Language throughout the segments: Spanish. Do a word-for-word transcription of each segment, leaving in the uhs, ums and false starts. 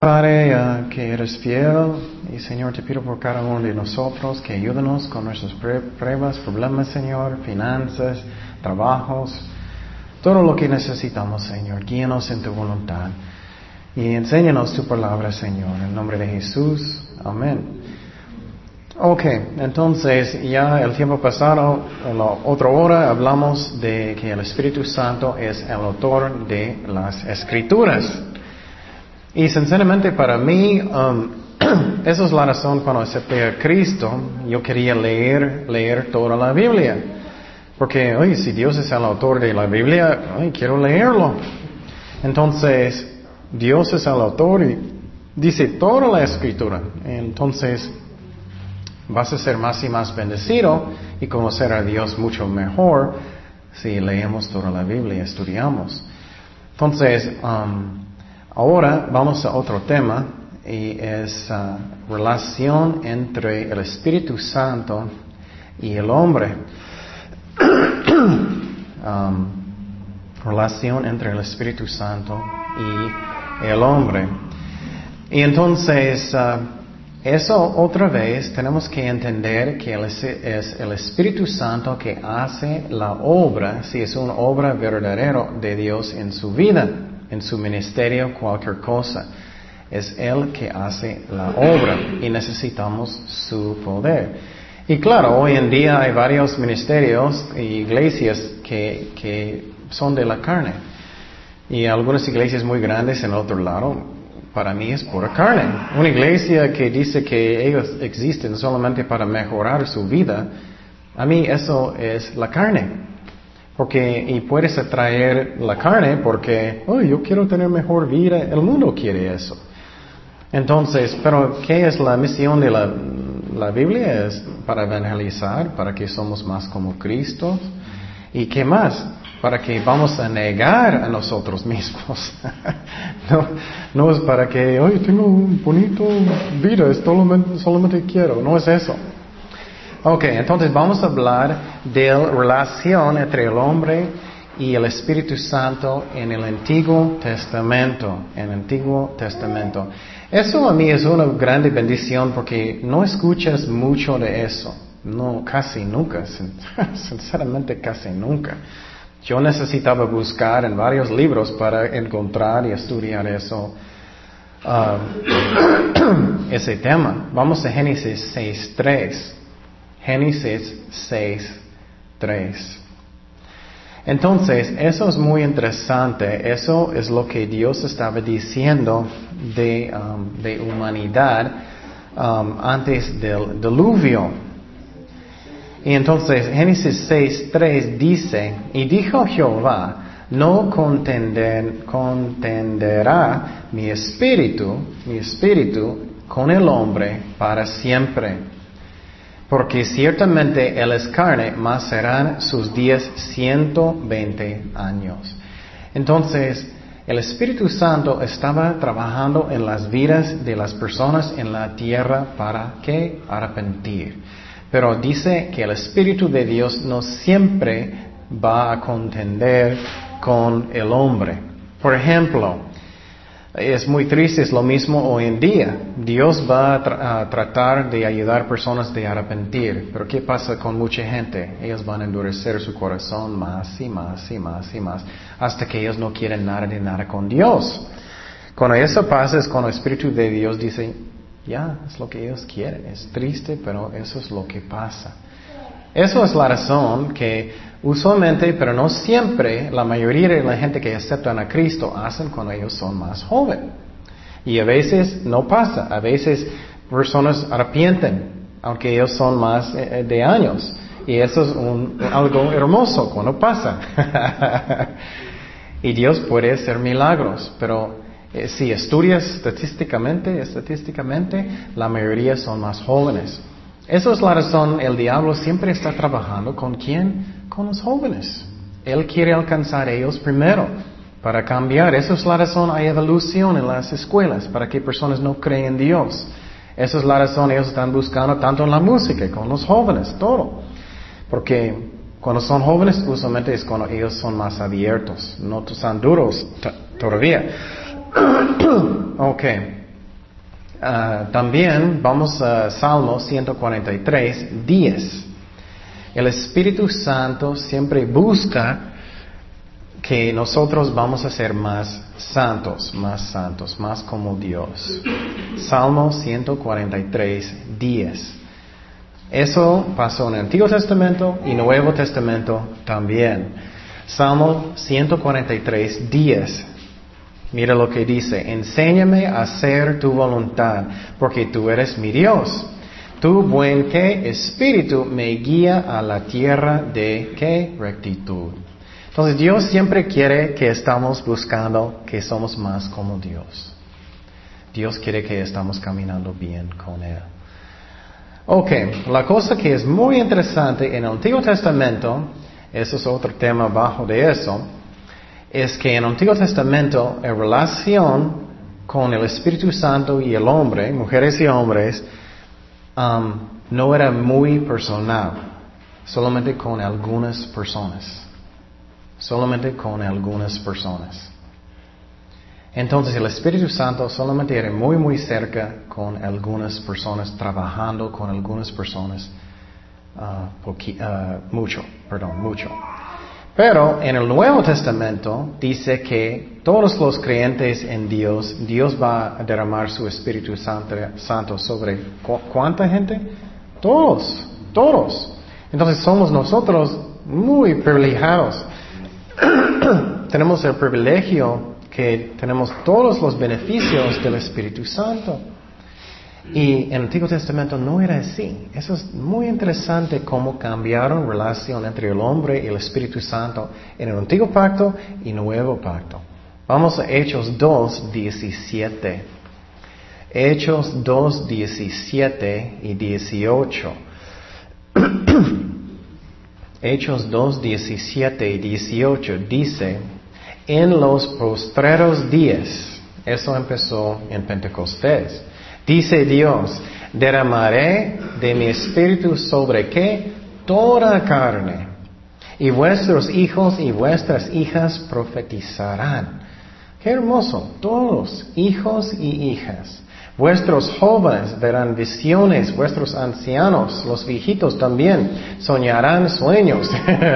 Padre, uh, que eres fiel, y Señor, te pido por cada uno de nosotros que ayúdenos con nuestras pruebas, problemas, Señor, finanzas, trabajos, todo lo que necesitamos, Señor. Guíanos en tu voluntad y enséñanos tu palabra, Señor, en el nombre de Jesús. Amén. Ok, entonces ya el tiempo pasado, en la otra hora, hablamos de que el Espíritu Santo es el autor de las Escrituras. Y sinceramente para mí, um, esa es la razón cuando acepté a Cristo, yo quería leer, leer toda la Biblia. Porque, oye, si Dios es el autor de la Biblia, oye, quiero leerlo. Entonces, Dios es el autor y dice toda la Escritura. Entonces, vas a ser más y más bendecido y conocer a Dios mucho mejor si leemos toda la Biblia, estudiamos. Entonces, um, ahora vamos a otro tema y es uh, relación entre el Espíritu Santo y el hombre. um, relación entre el Espíritu Santo y el hombre. Y entonces, uh, eso otra vez tenemos que entender que es el Espíritu Santo que hace la obra, si es una obra verdadera de Dios en su vida, en su ministerio, cualquier cosa. Es Él que hace la obra y necesitamos su poder. Y claro, hoy en día hay varios ministerios e iglesias que, que son de la carne. Y algunas iglesias muy grandes en el otro lado, para mí es pura carne. Una iglesia que dice que ellos existen solamente para mejorar su vida, a mí eso es la carne. Porque, y puedes atraer la carne porque, oh, yo quiero tener mejor vida, el mundo quiere eso. Entonces, pero ¿qué es la misión de la, la Biblia? Es para evangelizar, para que somos más como Cristo. ¿Y qué más? Para que vamos a negar a nosotros mismos. no, no es para que, oye, tengo un bonito vida, es solamente, solamente quiero. No es eso. Ok, entonces vamos a hablar de la relación entre el hombre y el Espíritu Santo en el Antiguo Testamento. En el Antiguo Testamento. Eso a mí es una grande bendición porque no escuchas mucho de eso. No, casi nunca. Sinceramente, casi nunca. Yo necesitaba buscar en varios libros para encontrar y estudiar eso, uh, ese tema. Vamos a Génesis seis tres. Génesis seis tres. Entonces, eso es muy interesante. Eso es lo que Dios estaba diciendo de, um, de humanidad um, antes del diluvio. Y entonces, Génesis seis tres dice, y dijo Jehová, no contender, contenderá mi espíritu, mi espíritu con el hombre para siempre. Porque ciertamente él es carne, mas serán sus días ciento veinte años. Entonces, el Espíritu Santo estaba trabajando en las vidas de las personas en la tierra para ¿qué? Arrepentir. Pero dice que el Espíritu de Dios no siempre va a contender con el hombre. Por ejemplo, es muy triste, es lo mismo hoy en día. Dios va a, tra- a tratar de ayudar personas de arrepentir. Pero ¿qué pasa con mucha gente? Ellos van a endurecer su corazón más y más y más y más hasta que ellos no quieren nada de nada con Dios. Cuando eso pasa es cuando el Espíritu de Dios dice, ya, es lo que ellos quieren. Es triste, pero eso es lo que pasa. Eso es la razón que usualmente, pero no siempre, la mayoría de la gente que aceptan a Cristo hacen cuando ellos son más jóvenes. Y a veces no pasa. A veces personas arrepienten, aunque ellos son más de años. Y eso es un, algo hermoso cuando pasa. Y Dios puede hacer milagros, pero eh, si estudias estadísticamente, estadísticamente, la mayoría son más jóvenes. Esa es la razón, el diablo siempre está trabajando con quién, con los jóvenes. Él quiere alcanzar a ellos primero para cambiar. Esa es la razón, hay evolución en las escuelas para que personas no creen en Dios. Esa es la razón, ellos están buscando tanto en la música, con los jóvenes, todo. Porque cuando son jóvenes, usualmente es cuando ellos son más abiertos, no son duros t- todavía. Ok. Uh, también vamos a Salmo ciento cuarenta y tres, diez. El Espíritu Santo siempre busca que nosotros vamos a ser más santos, más santos, más como Dios. Salmo ciento cuarenta y tres, diez. Eso pasó en el Antiguo Testamento y Nuevo Testamento también. Salmo ciento cuarenta y tres, diez. Mira lo que dice: enséñame a hacer tu voluntad, porque tú eres mi Dios. Tu buen ¿qué? Espíritu me guía a la tierra de ¿qué? Rectitud. Entonces Dios siempre quiere que estamos buscando que somos más como Dios. Dios quiere que estamos caminando bien con Él. Ok, la cosa que es muy interesante en el Antiguo Testamento, eso es otro tema bajo de eso, es que en el Antiguo Testamento la relación con el Espíritu Santo y el hombre, mujeres y hombres, um, no era muy personal, solamente con algunas personas. Solamente con algunas personas. Entonces el Espíritu Santo solamente era muy muy cerca con algunas personas, trabajando con algunas personas, uh, poqui, uh, mucho, perdón, mucho. Pero en el Nuevo Testamento dice que todos los creyentes en Dios, Dios va a derramar su Espíritu Santo, Santo sobre cu- ¿cuánta gente? Todos, todos. Entonces somos nosotros muy privilegiados. Tenemos el privilegio que tenemos todos los beneficios del Espíritu Santo. Y en el Antiguo Testamento no era así. Eso es muy interesante cómo cambiaron relación entre el hombre y el Espíritu Santo en el Antiguo Pacto y Nuevo Pacto. Vamos a Hechos dos, diecisiete. Hechos dos, diecisiete y dieciocho. Hechos dos, diecisiete y dieciocho dice: en los postreros días, eso empezó en Pentecostés, dice Dios, derramaré de mi espíritu sobre qué? Toda carne, y vuestros hijos y vuestras hijas profetizarán. Qué hermoso, todos, hijos y hijas. Vuestros jóvenes verán visiones, vuestros ancianos, los viejitos también, soñarán sueños.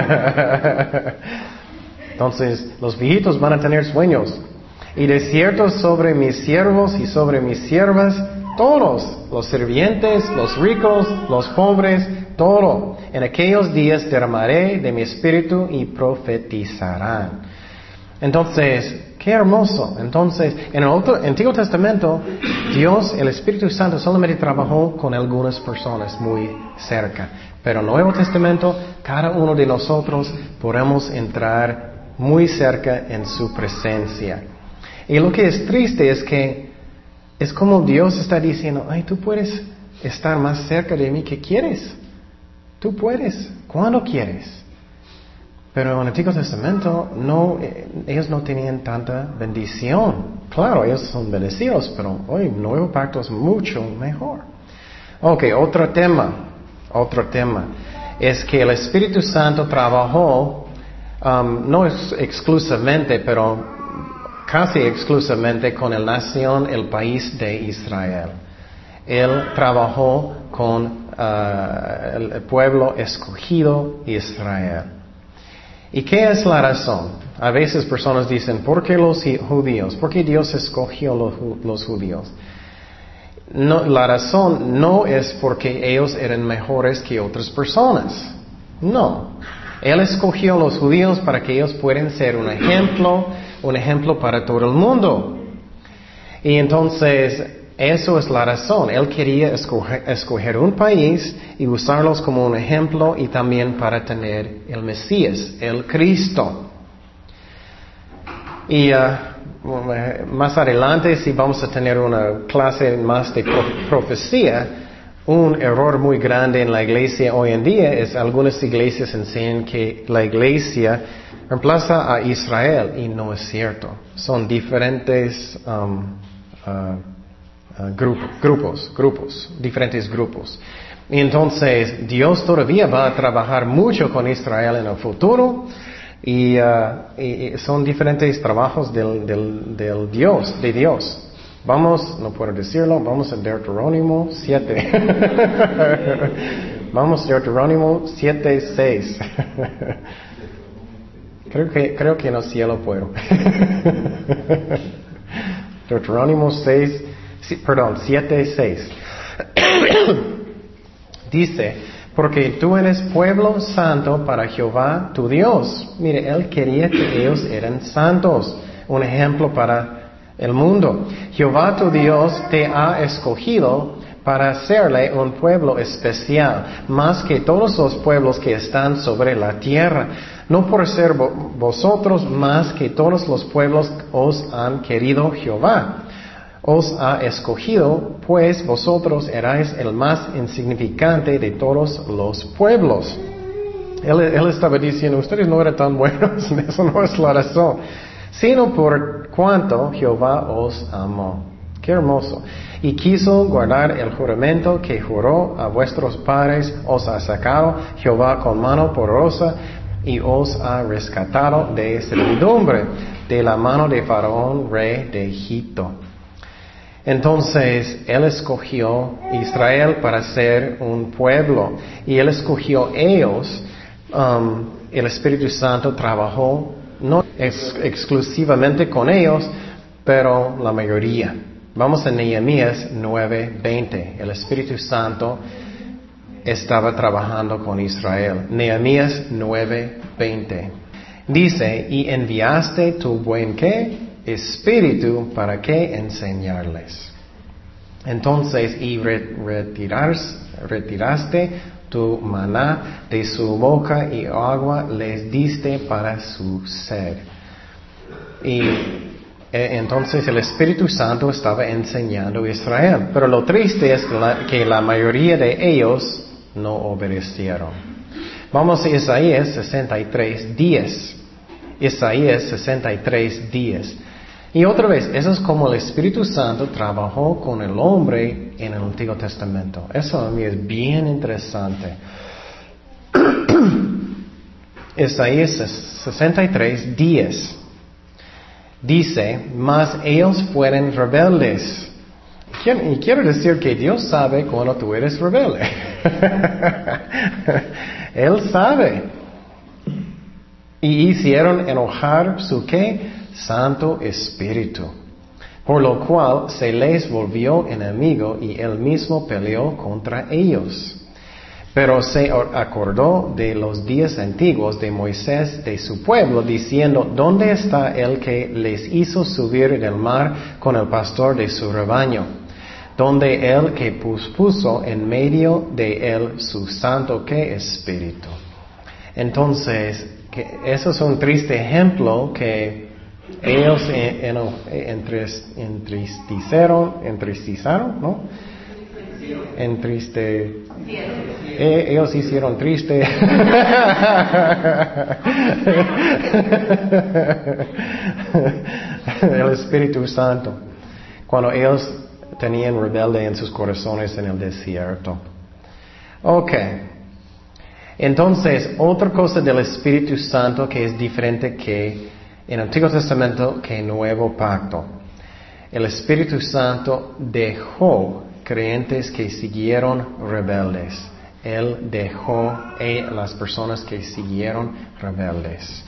Entonces, los viejitos van a tener sueños. Y de cierto sobre mis siervos y sobre mis siervas, todos, los sirvientes, los ricos, los pobres, todo. En aquellos días derramaré de mi espíritu y profetizarán. Entonces, qué hermoso. Entonces, en el otro, Antiguo Testamento, Dios, el Espíritu Santo, solamente trabajó con algunas personas muy cerca. Pero en el Nuevo Testamento, cada uno de nosotros podemos entrar muy cerca en su presencia. Y lo que es triste es que es como Dios está diciendo: ay, tú puedes estar más cerca de mí que quieres. Tú puedes, cuando quieres. Pero en el Antiguo Testamento no, eh, ellos no tenían tanta bendición. Claro, ellos son bendecidos, pero hoy el Nuevo Pacto es mucho mejor. Ok, otro tema, otro tema, es que el Espíritu Santo trabajó, um, no es exclusivamente, pero casi exclusivamente con la nación, el país de Israel. Él trabajó con uh, el pueblo escogido Israel. ¿Y qué es la razón? A veces personas dicen: ¿por qué los judíos? ¿Por qué Dios escogió los, los judíos? No, la razón no es porque ellos eran mejores que otras personas. No. Él escogió los judíos para que ellos puedan ser un ejemplo, un ejemplo para todo el mundo. Y entonces, eso es la razón. Él quería escoger, escoger un país y usarlos como un ejemplo y también para tener el Mesías, el Cristo. Y uh, más adelante, si vamos a tener una clase más de profecía, un error muy grande en la iglesia hoy en día es algunas iglesias enseñan que la iglesia reemplaza a Israel y no es cierto. Son diferentes um, uh, Uh, grupo, grupos, grupos, diferentes grupos. Y entonces Dios todavía va a trabajar mucho con Israel en el futuro y, uh, y son diferentes trabajos del, del, del Dios, de Dios. Vamos, no puedo decirlo, vamos a Deuterónimo siete. Vamos a Deuterónimo siete, seis. Creo que, creo que en el cielo puedo. Deuterónimo seis, perdón, siete, seis. Dice, porque tú eres pueblo santo para Jehová tu Dios. Mire, Él quería que ellos eran santos. Un ejemplo para el mundo. Jehová tu Dios te ha escogido para hacerle un pueblo especial, más que todos los pueblos que están sobre la tierra. No por ser vo- vosotros más que todos los pueblos os han querido Jehová. Os ha escogido, pues vosotros erais el más insignificante de todos los pueblos. Él, él estaba diciendo, ustedes no eran tan buenos, eso no es la razón, sino por cuanto Jehová os amó. Qué hermoso. Y quiso guardar el juramento que juró a vuestros padres, os ha sacado Jehová con mano poderosa y os ha rescatado de servidumbre, de la mano de Faraón, rey de Egipto. Entonces, Él escogió Israel para ser un pueblo. Y Él escogió ellos. Um, el Espíritu Santo trabajó no ex- exclusivamente con ellos, pero la mayoría. Vamos a Nehemías nueve, veinte. El Espíritu Santo estaba trabajando con Israel. Nehemías nueve, veinte. Dice, y enviaste tu buen ¿qué? Espíritu para qué enseñarles. Entonces, y retiras, retiraste tu maná de su boca y agua les diste para su sed. Y eh, entonces el Espíritu Santo estaba enseñando a Israel. Pero lo triste es que la, que la mayoría de ellos no obedecieron. Vamos a Isaías sesenta y tres, diez. Isaías sesenta y tres, diez. Y otra vez, eso es como el Espíritu Santo trabajó con el hombre en el Antiguo Testamento. Eso a mí es bien interesante. Isaías sesenta y tres, diez. Dice, mas ellos fueron rebeldes. Y quiero decir que Dios sabe cuando tú eres rebelde. Él sabe. Y hicieron enojar su ¿qué? Santo Espíritu. Por lo cual se les volvió enemigo y él mismo peleó contra ellos. Pero se acordó de los días antiguos de Moisés de su pueblo, diciendo, ¿dónde está el que les hizo subir del mar con el pastor de su rebaño? Donde él que puso en medio de él su santo ¿qué? Espíritu. Entonces, que eso es un triste ejemplo que ellos en, en, entristecieron, entristecieron, ¿no? Entriste, eh, ellos hicieron triste. El Espíritu Santo, cuando ellos tenían rebelde en sus corazones en el desierto. Ok. Entonces, otra cosa del Espíritu Santo que es diferente que en el Antiguo Testamento que Nuevo Pacto. El Espíritu Santo dejó creyentes que siguieron rebeldes. Él dejó a las personas que siguieron rebeldes.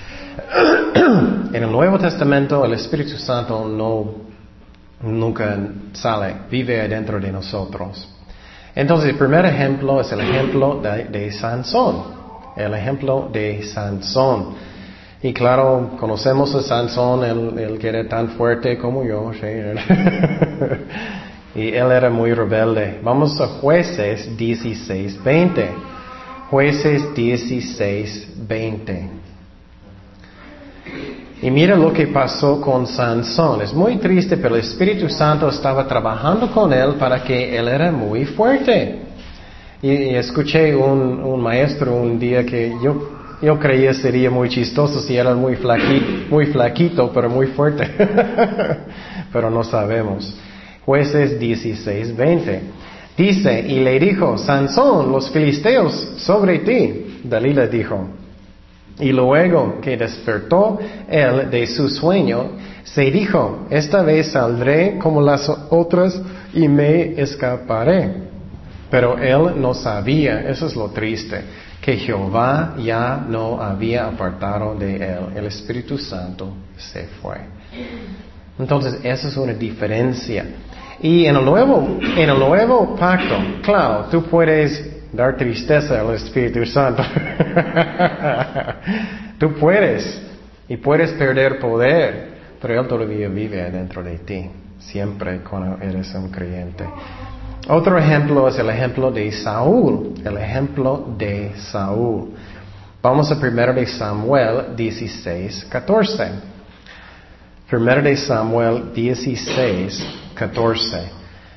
En el Nuevo Testamento el Espíritu Santo no nunca sale, vive adentro de nosotros. Entonces el primer ejemplo es el ejemplo de, de Sansón. El ejemplo de Sansón. Y claro, conocemos a Sansón, él, él que era tan fuerte como yo. ¿Sí? Y él era muy rebelde. Vamos a Jueces dieciséis, veinte. Jueces dieciséis, veinte. Y mira lo que pasó con Sansón. Es muy triste, pero el Espíritu Santo estaba trabajando con él para que él era muy fuerte. Y, y escuché un, un maestro un día que yo, yo creía sería muy chistoso si era muy flaquito, muy flaquito, pero muy fuerte. Pero no sabemos. Jueces dieciséis, veinte. Dice, y le dijo, Sansón, los filisteos sobre ti. Dalila dijo, Y luego que despertó él de su sueño, se dijo, esta vez saldré como las otras y me escaparé. Pero él no sabía, eso es lo triste, que Jehová ya no había apartado de él. El Espíritu Santo se fue. Entonces, esa es una diferencia. Y en el nuevo, en el nuevo pacto, claro, tú puedes dar tristeza al Espíritu Santo. Tú puedes, y puedes perder poder, pero Él todavía vive adentro de ti, siempre cuando eres un creyente. Otro ejemplo es el ejemplo de Saúl, el ejemplo de Saúl. Vamos a primero de Samuel dieciséis, catorce. Primero de Samuel dieciséis, catorce.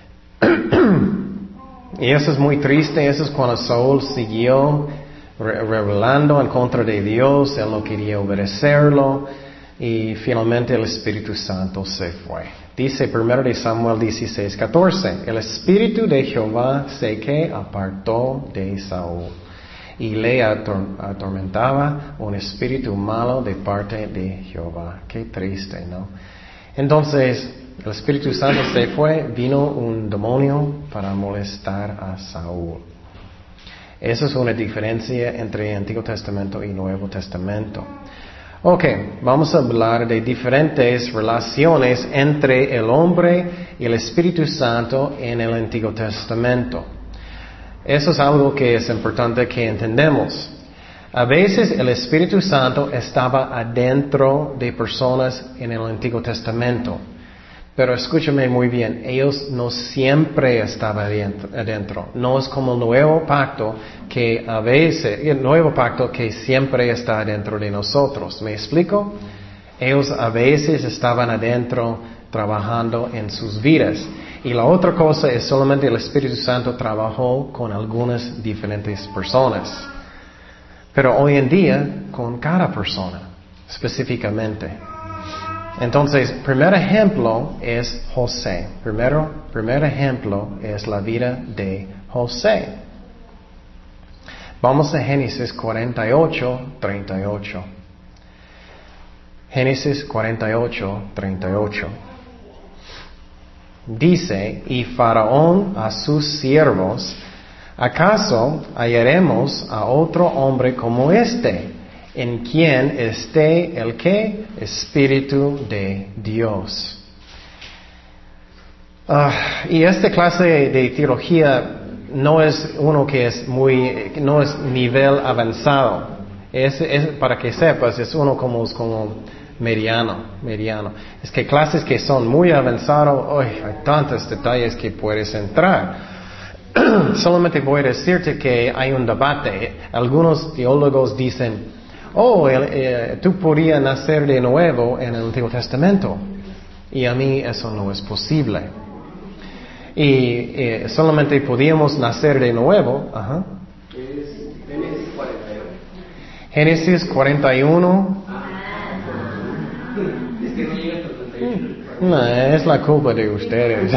Y eso es muy triste, eso es cuando Saúl siguió re- rebelando en contra de Dios, él no quería obedecerlo y finalmente el Espíritu Santo se fue. Dice primero de Samuel dieciséis, catorce, el Espíritu de Jehová se que apartó de Saúl y le ator- atormentaba un espíritu malo de parte de Jehová. Qué triste, ¿no? Entonces, el Espíritu Santo se fue, vino un demonio para molestar a Saúl. Esa es una diferencia entre Antiguo Testamento y Nuevo Testamento. Ok, vamos a hablar de diferentes relaciones entre el hombre y el Espíritu Santo en el Antiguo Testamento. Eso es algo que es importante que entendamos. A veces el Espíritu Santo estaba adentro de personas en el Antiguo Testamento. Pero escúchame muy bien, ellos no siempre estaban adentro. No es como el nuevo pacto que a veces, el nuevo pacto que siempre está dentro de nosotros. ¿Me explico? Ellos a veces estaban adentro trabajando en sus vidas. Y la otra cosa es solamente el Espíritu Santo trabajó con algunas diferentes personas. Pero hoy en día con cada persona, específicamente. Entonces, primer ejemplo es José. Primero, primer ejemplo es la vida de José. Vamos a Génesis cuarenta y ocho, treinta y ocho. Génesis cuarenta y ocho, treinta y ocho. Dice, y Faraón a sus siervos, ¿acaso hallaremos a otro hombre como este? En quien esté el ¿qué? Espíritu de Dios. Uh, y esta clase de teología no es uno que es muy, no es nivel avanzado. Es, es para que sepas, es uno como, como mediano, mediano. Es que clases que son muy avanzadas, oh, hay tantos detalles que puedes entrar. Solamente voy a decirte que hay un debate. Algunos teólogos dicen, oh, el, eh, tú podías nacer de nuevo en el Antiguo Testamento. Y a mí eso no es posible. Y eh, solamente podíamos nacer de nuevo. Ajá. Génesis cuarenta y uno. No, es la culpa de ustedes.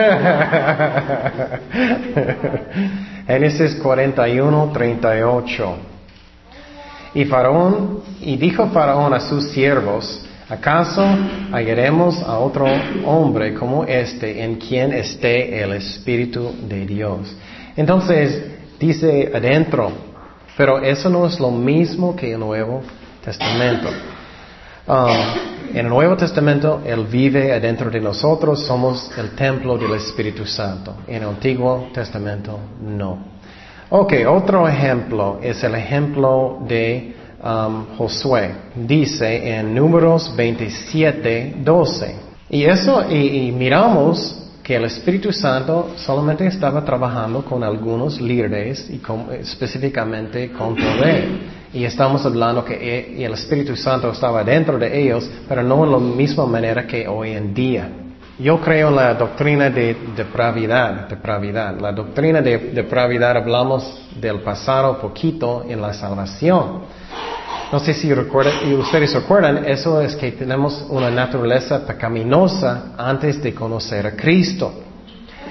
Génesis cuarenta y uno, treinta y ocho. Y Faraón, y dijo Faraón a sus siervos, ¿acaso hallaremos a otro hombre como este en quien esté el Espíritu de Dios? Entonces, dice adentro, pero eso no es lo mismo que el Nuevo Testamento. Um, en el Nuevo Testamento, Él vive adentro de nosotros, somos el templo del Espíritu Santo. En el Antiguo Testamento, no. Ok, otro ejemplo es el ejemplo de um, Josué. Dice en Números veintisiete, doce. Y eso, y, y miramos que el Espíritu Santo solamente estaba trabajando con algunos líderes y con, específicamente con poder. Y estamos hablando que el Espíritu Santo estaba dentro de ellos, pero no en la misma manera que hoy en día. Yo creo en la doctrina de depravidad, depravidad. La doctrina de depravidad hablamos del pasado poquito en la salvación. No sé si recuerdan, y ustedes recuerdan, eso es que tenemos una naturaleza pecaminosa antes de conocer a Cristo.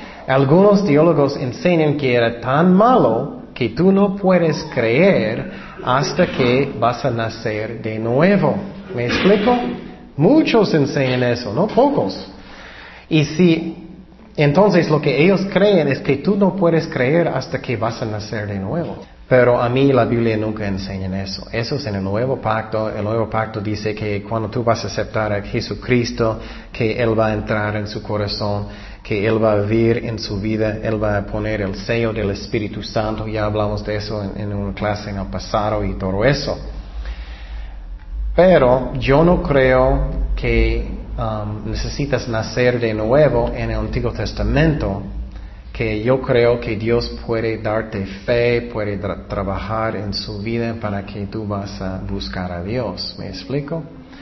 Algunos teólogos enseñan que era tan malo que tú no puedes creer hasta que vas a nacer de nuevo. ¿Me explico? Muchos enseñan eso, no pocos. Y si, entonces lo que ellos creen es que tú no puedes creer hasta que vas a nacer de nuevo. Pero a mí la Biblia nunca enseña eso. Eso es en el Nuevo Pacto. El Nuevo Pacto dice que cuando tú vas a aceptar a Jesucristo, que Él va a entrar en su corazón, que Él va a vivir en su vida, Él va a poner el sello del Espíritu Santo. Ya hablamos de eso en, en una clase en el pasado y todo eso. Pero yo no creo que um, necesitas nacer de nuevo en el Antiguo Testamento, que yo creo que Dios puede darte fe, puede tra- trabajar en su vida para que tú vas a buscar a Dios. ¿Me explico?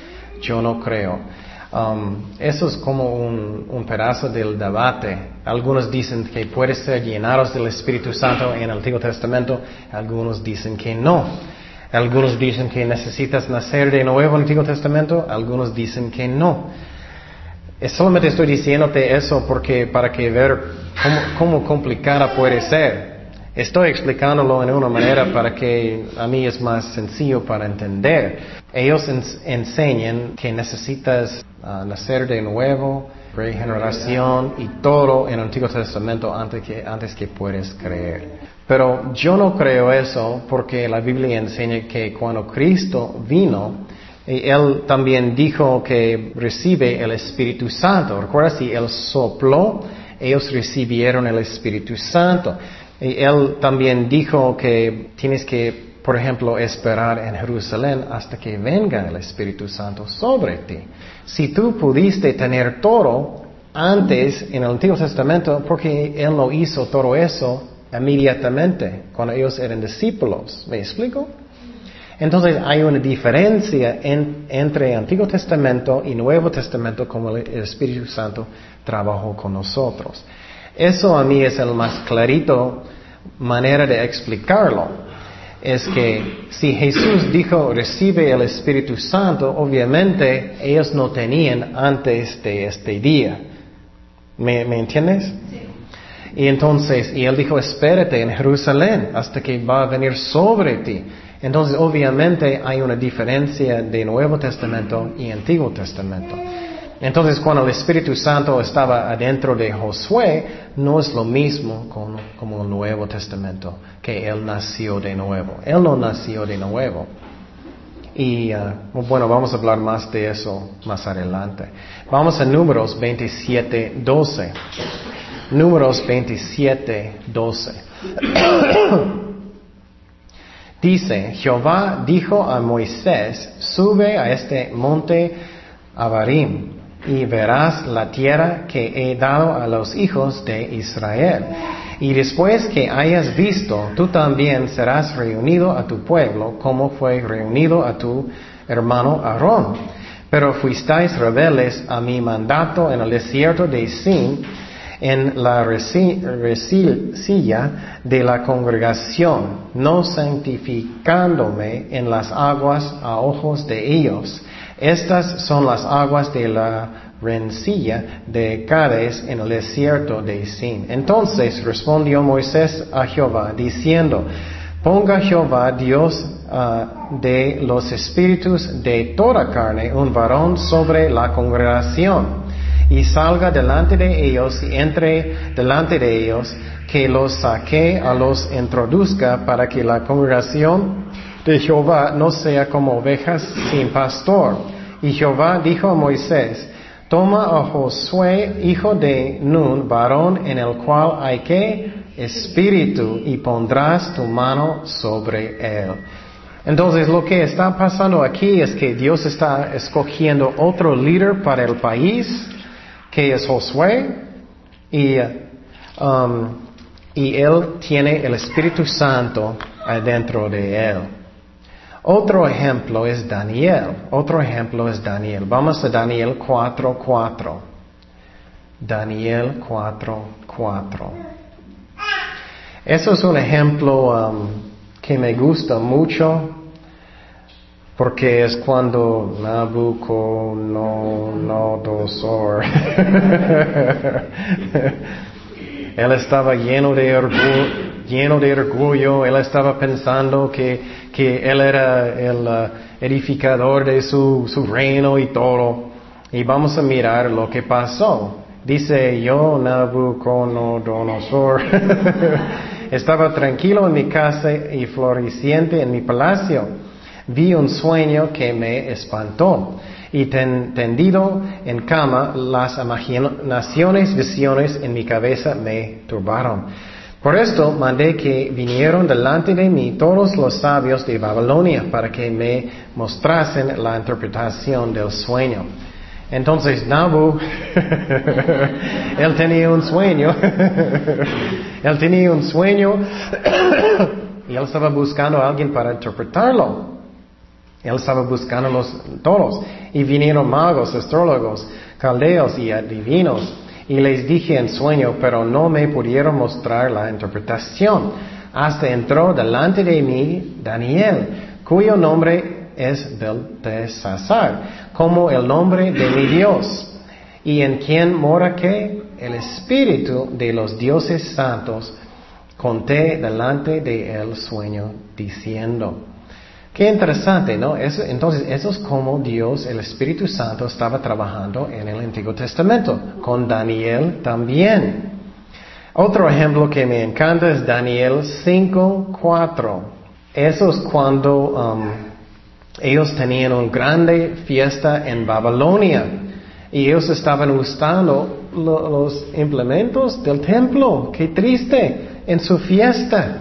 Yo no creo. Um, eso es como un, un pedazo del debate. Algunos dicen que puede ser llenados del Espíritu Santo en el Antiguo Testamento, algunos dicen que no. Algunos dicen que necesitas nacer de nuevo en el Antiguo Testamento, algunos dicen que no. Solamente estoy diciéndote eso porque para que ver cómo, cómo complicada puede ser. Estoy explicándolo en una manera para que a mí es más sencillo para entender. Ellos ens- enseñan que necesitas uh, nacer de nuevo, regeneración y todo en el Antiguo Testamento antes que, antes que puedes creer. Pero yo no creo eso porque la Biblia enseña que cuando Cristo vino, y Él también dijo que recibe el Espíritu Santo. Recuerda, si Él sopló, ellos recibieron el Espíritu Santo. Y Él también dijo que tienes que, por ejemplo, esperar en Jerusalén hasta que venga el Espíritu Santo sobre ti. Si tú pudiste tener todo antes en el Antiguo Testamento, porque Él no hizo todo eso inmediatamente cuando ellos eran discípulos. ¿Me explico? Entonces hay una diferencia en, entre Antiguo Testamento y Nuevo Testamento como el Espíritu Santo trabajó con nosotros. Eso a mí es el más clarito manera de explicarlo. Es que si Jesús dijo recibe el Espíritu Santo, obviamente ellos no tenían antes de este día. ¿Me, me entiendes? Sí. Y entonces, y Él dijo espérate en Jerusalén hasta que va a venir sobre ti. Entonces, obviamente, hay una diferencia de Nuevo Testamento y Antiguo Testamento. Entonces, cuando el Espíritu Santo estaba adentro de Josué, no es lo mismo como, como el Nuevo Testamento, que Él nació de nuevo. Él no nació de nuevo. Y, uh, bueno, vamos a hablar más de eso más adelante. Vamos a Números veintisiete, doce. Números veintisiete, doce. Dice, Jehová dijo a Moisés, sube a este monte Abarim y verás la tierra que he dado a los hijos de Israel. Y después que hayas visto, tú también serás reunido a tu pueblo, como fue reunido a tu hermano Aarón. Pero fuisteis rebeldes a mi mandato en el desierto de Sin, en la resilla de la congregación, no santificándome en las aguas a ojos de ellos. Estas son las aguas de la rencilla de Cades en el desierto de Sin. Entonces respondió Moisés a Jehová, diciendo, ponga Jehová Dios uh, de los espíritus de toda carne un varón sobre la congregación, y salga delante de ellos y entre delante de ellos, que los saque a los introduzca, para que la congregación de Jehová no sea como ovejas sin pastor. Y Jehová dijo a Moisés, toma a Josué, hijo de Nun, varón en el cual hay que espíritu, y pondrás tu mano sobre él. Entonces lo que está pasando aquí es que Dios está escogiendo otro líder para el país, que es Josué, y, um, y él tiene el Espíritu Santo adentro de él. Otro ejemplo es Daniel. Otro ejemplo es Daniel. Vamos a Daniel cuatro cuatro. Daniel cuatro cuatro. Eso es un ejemplo um, que me gusta mucho, porque es cuando Nabucodonosor él estaba lleno de orgullo, lleno de orgullo, él estaba pensando que, que él era el uh, edificador de su, su reino y todo. Y vamos a mirar lo que pasó. Dice, yo, Nabucodonosor, estaba tranquilo en mi casa y floreciente en mi palacio. Vi un sueño que me espantó. Y ten, tendido en cama, las imaginaciones, visiones en mi cabeza me turbaron. Por esto mandé que vinieron delante de mí todos los sabios de Babilonia para que me mostrasen la interpretación del sueño. Entonces Nabu, él tenía un sueño, él tenía un sueño y él estaba buscando a alguien para interpretarlo. Él estaba buscándolos todos. Y vinieron magos, astrólogos, caldeos y adivinos. Y les dije en sueño, pero no me pudieron mostrar la interpretación. Hasta entró delante de mí Daniel, cuyo nombre es Beltesazar, como el nombre de mi Dios. Y en quien mora ¿qué? El espíritu de los dioses santos. Conté delante de él sueño, diciendo... Qué interesante, ¿no? Eso, entonces, eso es como Dios, el Espíritu Santo, estaba trabajando en el Antiguo Testamento, con Daniel también. Otro ejemplo que me encanta es Daniel cinco cuatro. Eso es cuando um, ellos tenían una grande fiesta en Babilonia y ellos estaban usando lo, los implementos del templo. Qué triste, en su fiesta.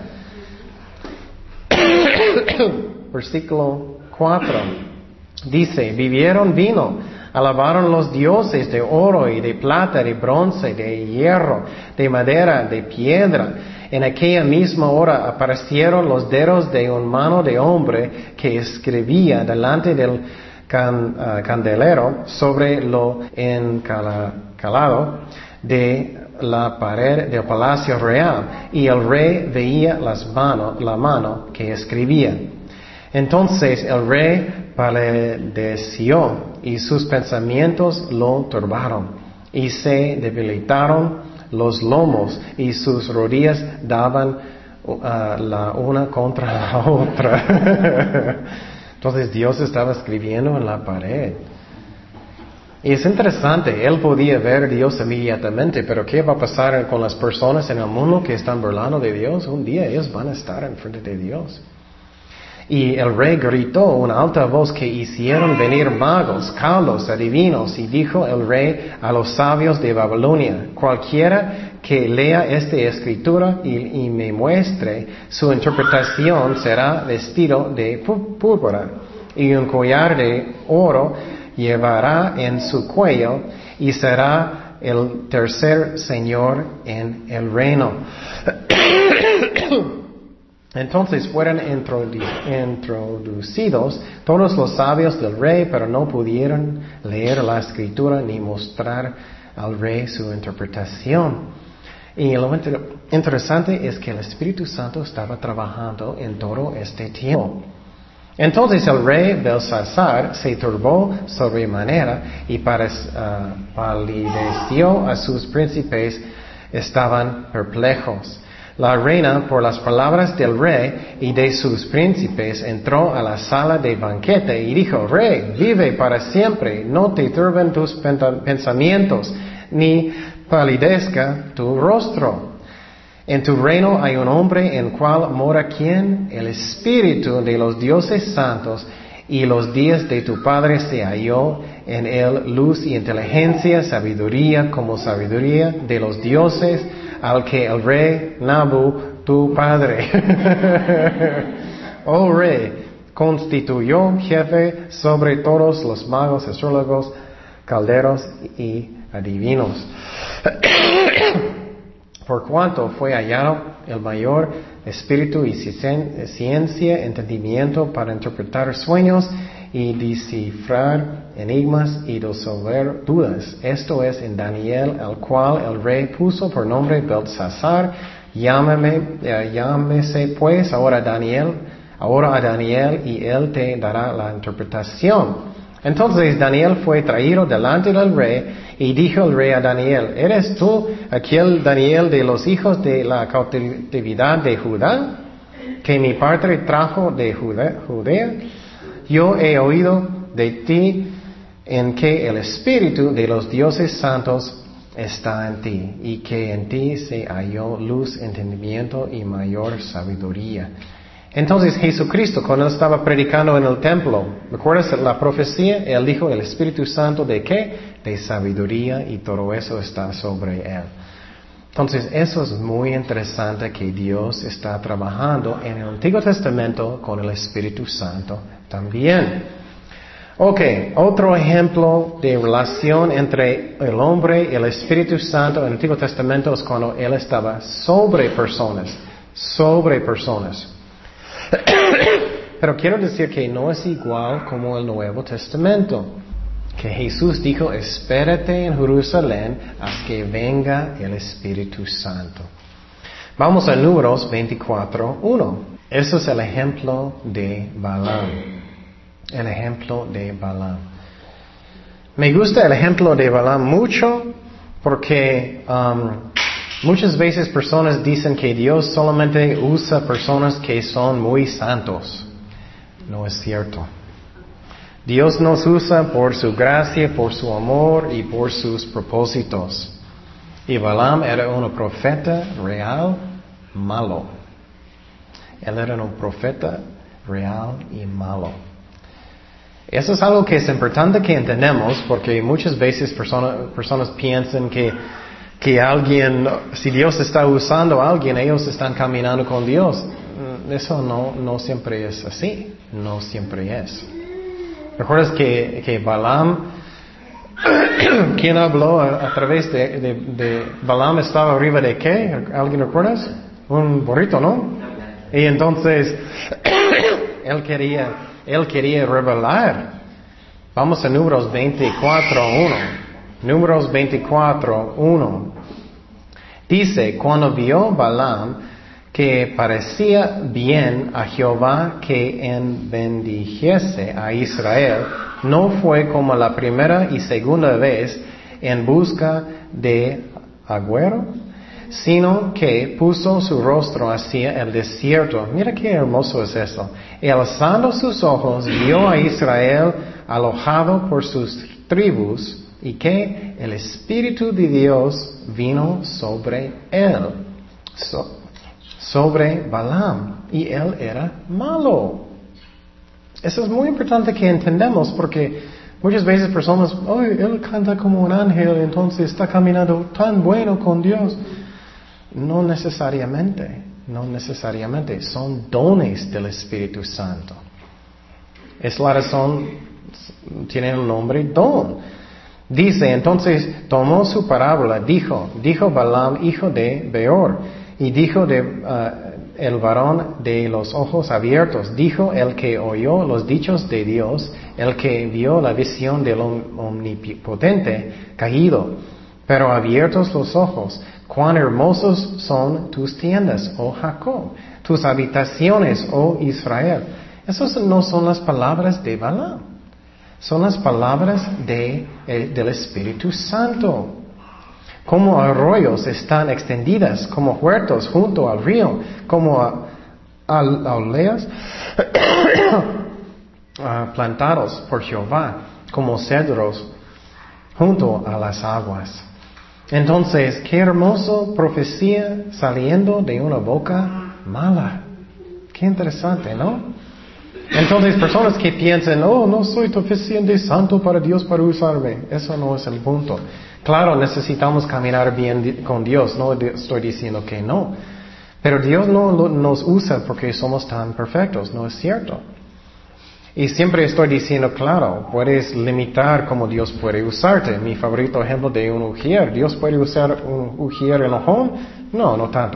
Versículo cuatro. Dice, bebieron vino, alabaron los dioses de oro y de plata, de bronce, de hierro, de madera, de piedra. En aquella misma hora aparecieron los dedos de una mano de hombre que escribía delante del can, uh, candelero sobre lo encalado de la pared del palacio real, y el rey veía las manos, la mano que escribía. Entonces el rey palideció y sus pensamientos lo turbaron y se debilitaron los lomos y sus rodillas daban uh, la una contra la otra. Entonces Dios estaba escribiendo en la pared. Y es interesante, él podía ver a Dios inmediatamente, pero ¿qué va a pasar con las personas en el mundo que están burlando de Dios? Un día ellos van a estar en frente de Dios. Y el rey gritó una alta voz que hicieron venir magos, caldos, adivinos, y dijo el rey a los sabios de Babilonia, cualquiera que lea esta escritura y, y me muestre su interpretación será vestido de púrpura y un collar de oro llevará en su cuello y será el tercer señor en el reino. Entonces fueron introducidos todos los sabios del rey, pero no pudieron leer la escritura ni mostrar al rey su interpretación. Y lo interesante es que el Espíritu Santo estaba trabajando en todo este tiempo. Entonces el rey Belsasar se turbó sobremanera y palideció a sus príncipes, estaban perplejos. La reina, por las palabras del rey y de sus príncipes, entró a la sala de banquete y dijo, Rey, vive para siempre, no te turben tus pensamientos, ni palidezca tu rostro. En tu reino hay un hombre en cual mora ¿quién? El espíritu de los dioses santos, y los días de tu padre se halló en él luz y inteligencia, sabiduría como sabiduría de los dioses, al que el rey Nabu, tu padre, oh rey, constituyó jefe sobre todos los magos, astrólogos, calderos y adivinos. Por cuanto fue hallado el mayor espíritu y ciencia, entendimiento para interpretar sueños y descifrar enigmas y resolver dudas. Esto es en Daniel, al cual el rey puso por nombre Beltesazar. Llámame, eh, llámese pues ahora Daniel, ahora a Daniel, y él te dará la interpretación. Entonces Daniel fue traído delante del rey y dijo el rey a Daniel, ¿eres tú aquel Daniel de los hijos de la cautividad de Judá, que mi padre trajo de Judea? Yo he oído de ti en que el espíritu de los dioses santos está en ti, y que en ti se halló luz, entendimiento y mayor sabiduría. Entonces Jesucristo, cuando él estaba predicando en el templo, ¿recuerdas la profecía? Él dijo, el Espíritu Santo, ¿de qué? De sabiduría, y todo eso está sobre él. Entonces, eso es muy interesante, que Dios está trabajando en el Antiguo Testamento con el Espíritu Santo también. Ok, otro ejemplo de relación entre el hombre y el Espíritu Santo en el Antiguo Testamento es cuando él estaba sobre personas, sobre personas. Pero quiero decir que no es igual como el Nuevo Testamento, que Jesús dijo, espérate en Jerusalén hasta que venga el Espíritu Santo. Vamos a Números veinticuatro uno. Eso es el ejemplo de Balaam. El ejemplo de Balaam. Me gusta el ejemplo de Balaam mucho porque um, muchas veces personas dicen que Dios solamente usa personas que son muy santos. No es cierto. Dios nos usa por su gracia, por su amor y por sus propósitos. Y Balaam era un profeta real malo. Él era un profeta real y malo. Eso es algo que es importante que entendamos, porque muchas veces persona, personas piensan que, que alguien, si Dios está usando a alguien, ellos están caminando con Dios. Eso no, no siempre es así. No siempre es. ¿Recuerdas que, que Balaam, ¿quién habló a, a través de, de, de Balaam estaba arriba de qué? ¿Alguien recuerdas? Un burrito, ¿no? Y entonces, él quería, él quería revelar. Vamos a Números veinticuatro uno. Números veinticuatro uno. Dice, cuando vio Balaam que parecía bien a Jehová que en bendijese a Israel, no fue como la primera y segunda vez en busca de agüero, sino que puso su rostro hacia el desierto. Mira qué hermoso es eso. Y alzando sus ojos, vio a Israel alojado por sus tribus, y que el Espíritu de Dios vino sobre él. So, sobre Balaam, y él era malo. Eso es muy importante que entendamos, porque muchas veces personas, oh, él canta como un ángel, entonces está caminando tan bueno con Dios. No necesariamente, no necesariamente, son dones del Espíritu Santo. Es la razón, tiene el nombre don. Dice, entonces tomó su parábola, dijo, dijo Balaam, hijo de Beor, y dijo de, uh, el varón de los ojos abiertos, dijo el que oyó los dichos de Dios, el que vio la visión del omnipotente caído, pero abiertos los ojos. Cuán hermosos son tus tiendas, oh Jacob, tus habitaciones, oh Israel. Esas no son las palabras de Balaam, son las palabras de, eh, del Espíritu Santo. Como arroyos están extendidas, como huertos junto al río, como a, a, a aldeas uh, plantados por Jehová, como cedros junto a las aguas. Entonces, qué hermoso profecía saliendo de una boca mala. Qué interesante, ¿no? Entonces, personas que piensan, oh, no soy suficiente santo para Dios para usarme. Eso no es el punto. Claro, necesitamos caminar bien con Dios, no estoy diciendo que no. Pero Dios no nos usa porque somos tan perfectos, no es cierto. Y siempre estoy diciendo, claro, puedes limitar cómo Dios puede usarte. Mi favorito ejemplo de un ujier, ¿Dios puede usar un ujier enojón? No, no tanto.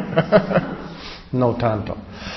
No tanto.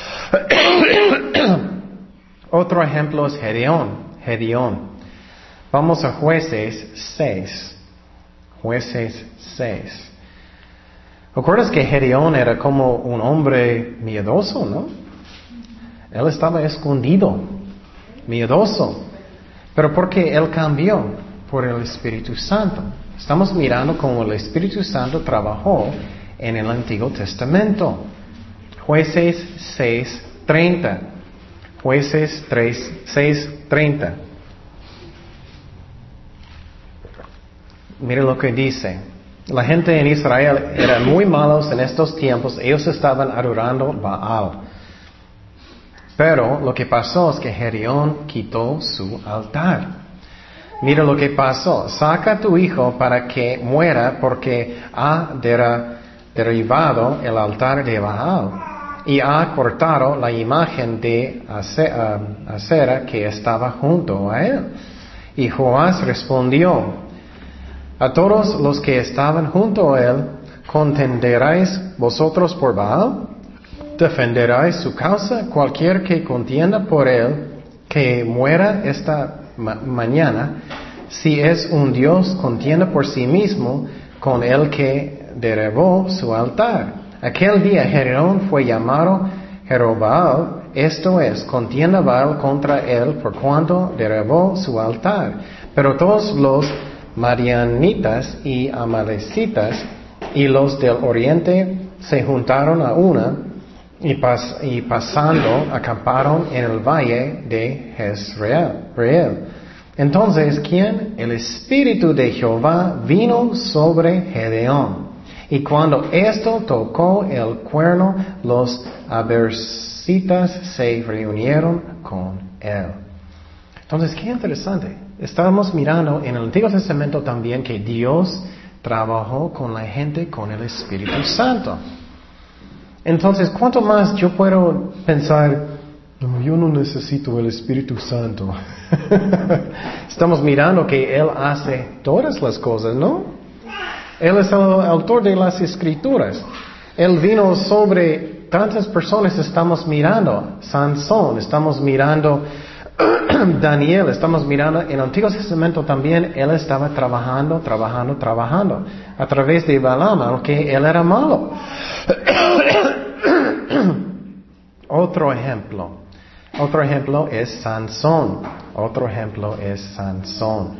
Otro ejemplo es Gedeón. Gedeón. Vamos a Jueces seis. Jueces seis. ¿Recuerdas que Gedeón era como un hombre miedoso, no? Él estaba escondido, miedoso. Pero porque Él cambió por el Espíritu Santo. Estamos mirando cómo el Espíritu Santo trabajó en el Antiguo Testamento. Jueces seis treinta. Jueces seis treinta. Mire lo que dice. La gente en Israel eran muy malos en estos tiempos. Ellos estaban adorando Baal. Pero lo que pasó es que Gedeón quitó su altar. Mira lo que pasó. Saca a tu hijo para que muera porque ha dera, derribado el altar de Baal y ha cortado la imagen de Acera que estaba junto a él. Y Joás respondió: a todos los que estaban junto a él, ¿contenderáis vosotros por Baal? ¿Defenderáis su causa? Cualquier que contienda por él, que muera esta ma- mañana. Si es un Dios, contienda por sí mismo con el que derribó su altar. Aquel día Gedeón fue llamado Jerobbaal, esto es, contienda Baal contra él por cuanto derribó su altar. Pero todos los madianitas y amalecitas y los del oriente se juntaron a una y, pas, y pasando acamparon en el valle de Jezreel. Entonces, ¿quién? El Espíritu de Jehová vino sobre Gedeón. Y cuando esto tocó el cuerno, los abercitas se reunieron con él. Entonces, qué interesante. Estábamos mirando en el Antiguo Testamento también que Dios trabajó con la gente con el Espíritu Santo. Entonces, ¿cuánto más yo puedo pensar, no, yo no necesito el Espíritu Santo? Estamos mirando que Él hace todas las cosas, ¿no? Él es el autor de las Escrituras. Él vino sobre tantas personas, estamos mirando Sansón, estamos mirando Daniel, estamos mirando en el Antiguo Testamento también. Él estaba trabajando, trabajando, trabajando a través de Balaam, aunque él era malo. Otro ejemplo. Otro ejemplo es Sansón. Otro ejemplo es Sansón.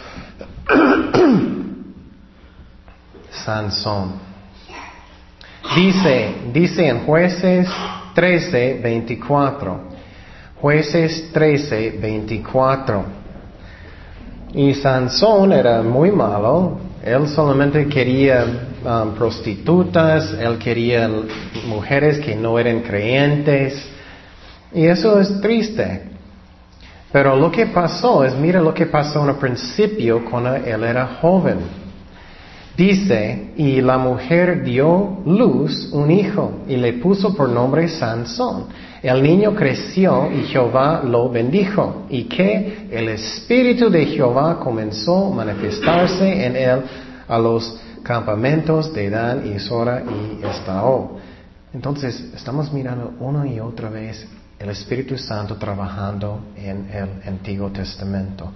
Sansón. Dice, dice en Jueces trece, veinticuatro. Jueces trece, veinticuatro. Y Sansón era muy malo. Él solamente quería um, prostitutas. Él quería mujeres que no eran creyentes. Y eso es triste. Pero lo que pasó es, mira lo que pasó en el principio cuando él era joven. Dice, y la mujer dio luz un hijo y le puso por nombre Sansón. El niño creció y Jehová lo bendijo. Y que el Espíritu de Jehová comenzó a manifestarse en él a los campamentos de Dan y Sora y Estaol. Entonces, estamos mirando una y otra vez el Espíritu Santo trabajando en el Antiguo Testamento.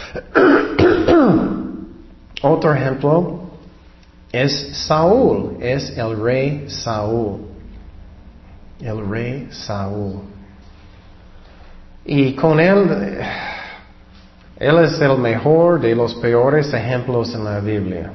Otro ejemplo es Saúl, es el rey Saúl. El rey Saúl. Y con él, él es el mejor de los peores ejemplos en la Biblia.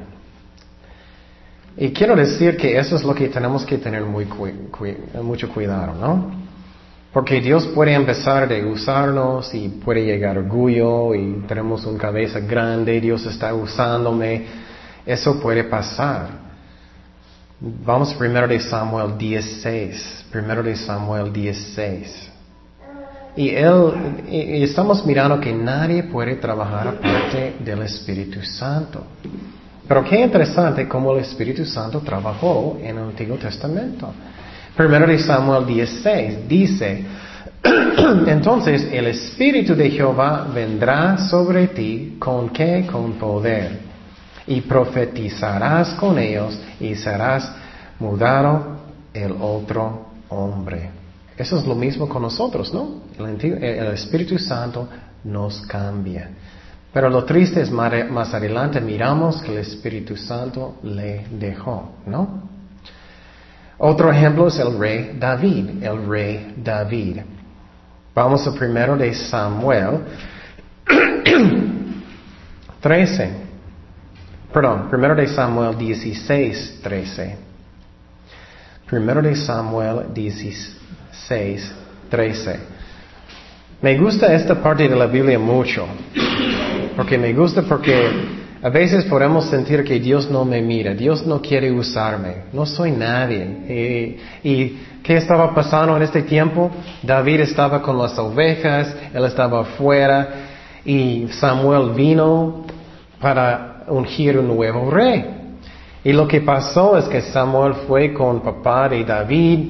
Y quiero decir que eso es lo que tenemos que tener muy cu- cu- mucho cuidado, ¿no? Porque Dios puede empezar de usarnos y puede llegar orgullo y tenemos una cabeza grande, Dios está usándome. Eso puede pasar. Vamos primero de Samuel dieciséis. Primero de Samuel dieciséis. Y él, y estamos mirando que nadie puede trabajar aparte del Espíritu Santo. Pero qué interesante cómo el Espíritu Santo trabajó en el Antiguo Testamento. Primero de Samuel dieciséis dice, entonces el Espíritu de Jehová vendrá sobre ti, ¿con qué? Con poder. Y profetizarás con ellos y serás mudado el otro hombre. Eso es lo mismo con nosotros, ¿no? El, antiguo, el Espíritu Santo nos cambia. Pero lo triste es más adelante miramos que el Espíritu Santo le dejó, ¿no? Otro ejemplo es el rey David, el rey David. Vamos al primero de Samuel, trece. Perdón, primero de Samuel dieciséis, trece. Primero de Samuel dieciséis, trece. Me gusta esta parte de la Biblia mucho. Porque me gusta porque a veces podemos sentir que Dios no me mira, Dios no quiere usarme, no soy nadie. Y, y ¿qué estaba pasando en este tiempo? David estaba con las ovejas, él estaba afuera y Samuel vino para ungir un nuevo rey. Y lo que pasó es que Samuel fue con papá de David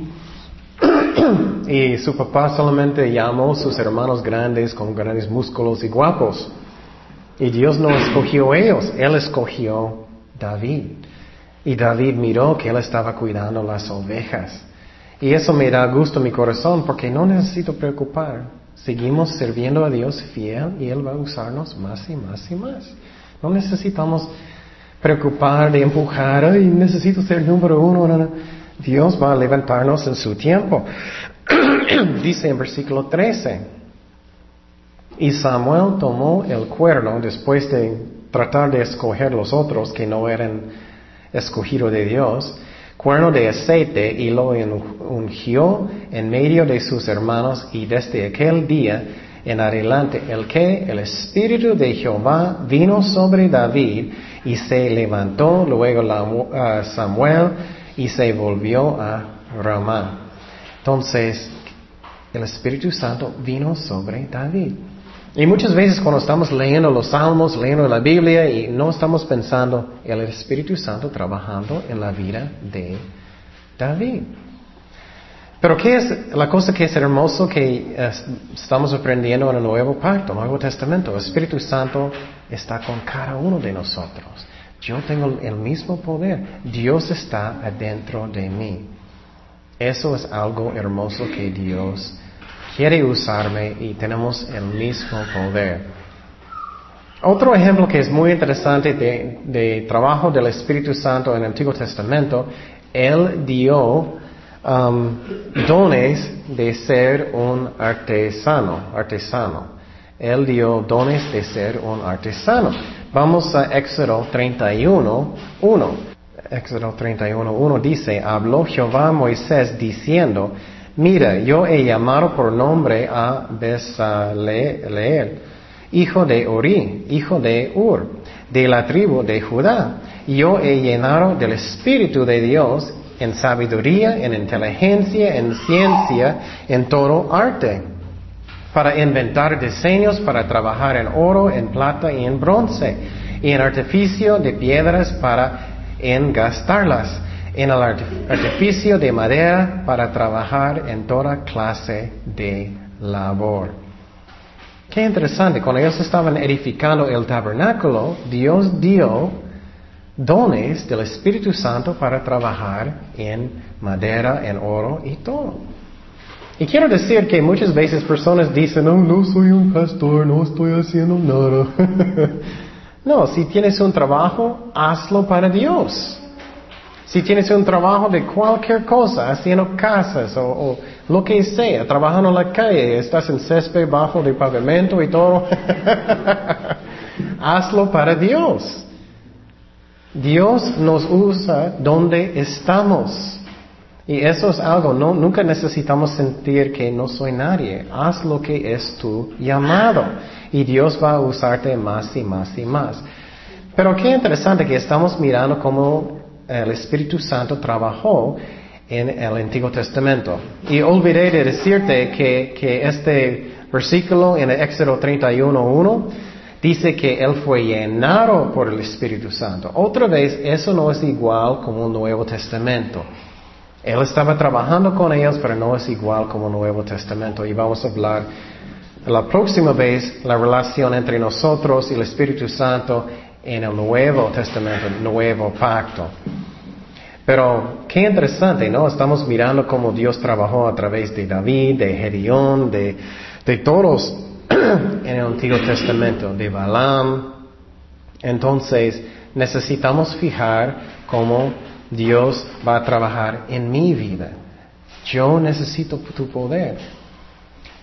y su papá solamente llamó a sus hermanos grandes con grandes músculos y guapos. Y Dios no escogió ellos, Él escogió David. Y David miró que Él estaba cuidando las ovejas. Y eso me da gusto en mi corazón porque no necesito preocupar. Seguimos sirviendo a Dios fiel y Él va a usarnos más y más y más. No necesitamos preocupar de empujar, ay, necesito ser número uno. No, no. Dios va a levantarnos en su tiempo. Dice en versículo trece. Y Samuel tomó el cuerno después de tratar de escoger los otros que no eran escogidos de Dios, cuerno de aceite, y lo ungió en medio de sus hermanos, y desde aquel día en adelante el que el Espíritu de Jehová vino sobre David, y se levantó luego la, uh, Samuel y se volvió a Ramá. Entonces el Espíritu Santo vino sobre David. Y muchas veces cuando estamos leyendo los salmos, leyendo la Biblia y no estamos pensando el Espíritu Santo trabajando en la vida de David. Pero ¿qué es la cosa que es hermoso que eh, estamos aprendiendo en el Nuevo Pacto, Nuevo Testamento? El Espíritu Santo está con cada uno de nosotros. Yo tengo el mismo poder. Dios está adentro de mí. Eso es algo hermoso que Dios quiere usarme y tenemos el mismo poder. Otro ejemplo que es muy interesante de, de trabajo del Espíritu Santo en el Antiguo Testamento, Él dio um, dones de ser un artesano, artesano. Él dio dones de ser un artesano. Vamos a Éxodo treinta y uno, uno. Éxodo treinta y uno, uno dice, habló Jehová a Moisés diciendo, mira, yo he llamado por nombre a Bezaleel, hijo de Uri, hijo de Ur, de la tribu de Judá. Yo he llenado del Espíritu de Dios en sabiduría, en inteligencia, en ciencia, en todo arte, para inventar diseños, para trabajar en oro, en plata y en bronce, y en artificio de piedras para engastarlas, en el artificio de madera para trabajar en toda clase de labor. Qué interesante, cuando ellos estaban edificando el tabernáculo, Dios dio dones del Espíritu Santo para trabajar en madera, en oro y todo. Y quiero decir que muchas veces personas dicen, no, no soy un pastor, no estoy haciendo nada. No, si tienes un trabajo, hazlo para Dios. Si tienes un trabajo de cualquier cosa, haciendo casas o, o lo que sea, trabajando en la calle, estás en césped bajo de pavimento y todo, hazlo para Dios. Dios nos usa donde estamos. Y eso es algo, no, nunca necesitamos sentir que no soy nadie. Haz lo que es tu llamado. Y Dios va a usarte más y más y más. Pero qué interesante que estamos mirando cómo el Espíritu Santo trabajó en el Antiguo Testamento. Y olvidé de decirte que, que este versículo en el Éxodo treinta y uno, uno dice que Él fue llenado por el Espíritu Santo. Otra vez, eso no es igual como el Nuevo Testamento. Él estaba trabajando con ellos, pero no es igual como el Nuevo Testamento. Y vamos a hablar la próxima vez la relación entre nosotros y el Espíritu Santo en el Nuevo Testamento, el Nuevo Pacto. Pero qué interesante, ¿no? Estamos mirando cómo Dios trabajó a través de David, de Gedeón, de, de todos en el Antiguo Testamento, de Balaam. Entonces, necesitamos fijar cómo Dios va a trabajar en mi vida. Yo necesito tu poder.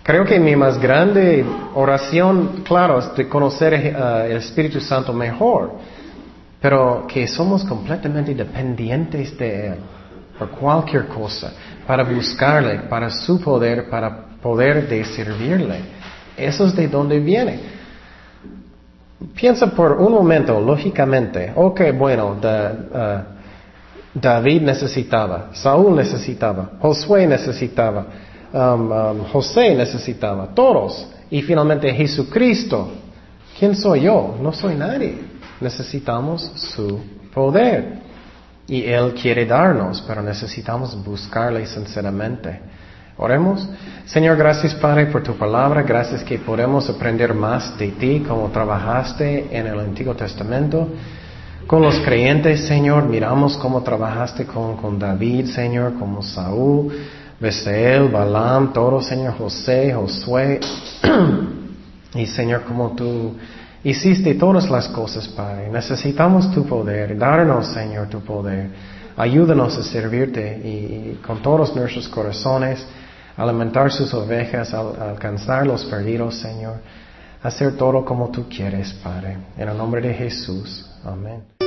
Creo que mi más grande oración, claro, es de conocer uh, el Espíritu Santo mejor, pero que somos completamente dependientes de Él por cualquier cosa, para buscarle, para su poder, para poder de servirle. Eso es de donde viene. Piensa por un momento, lógicamente, ok, bueno, da, uh, David necesitaba, Saúl necesitaba, Josué necesitaba, um, um, José necesitaba, todos, y finalmente Jesucristo. ¿Quién soy yo? No soy nadie. Necesitamos su poder. Y Él quiere darnos, pero necesitamos buscarle sinceramente. Oremos. Señor, gracias Padre por tu palabra. Gracias que podemos aprender más de ti, como trabajaste en el Antiguo Testamento. Con los creyentes, Señor, miramos cómo trabajaste con, con David, Señor, como Saúl, Bezalel, Balaam, todo, Señor, José, Josué. Y Señor, como tú hiciste todas las cosas, Padre. Necesitamos tu poder. Darnos, Señor, tu poder. Ayúdanos a servirte y, y con todos nuestros corazones, alimentar sus ovejas, al, alcanzar los perdidos, Señor. Hacer todo como tú quieres, Padre. En el nombre de Jesús. Amén.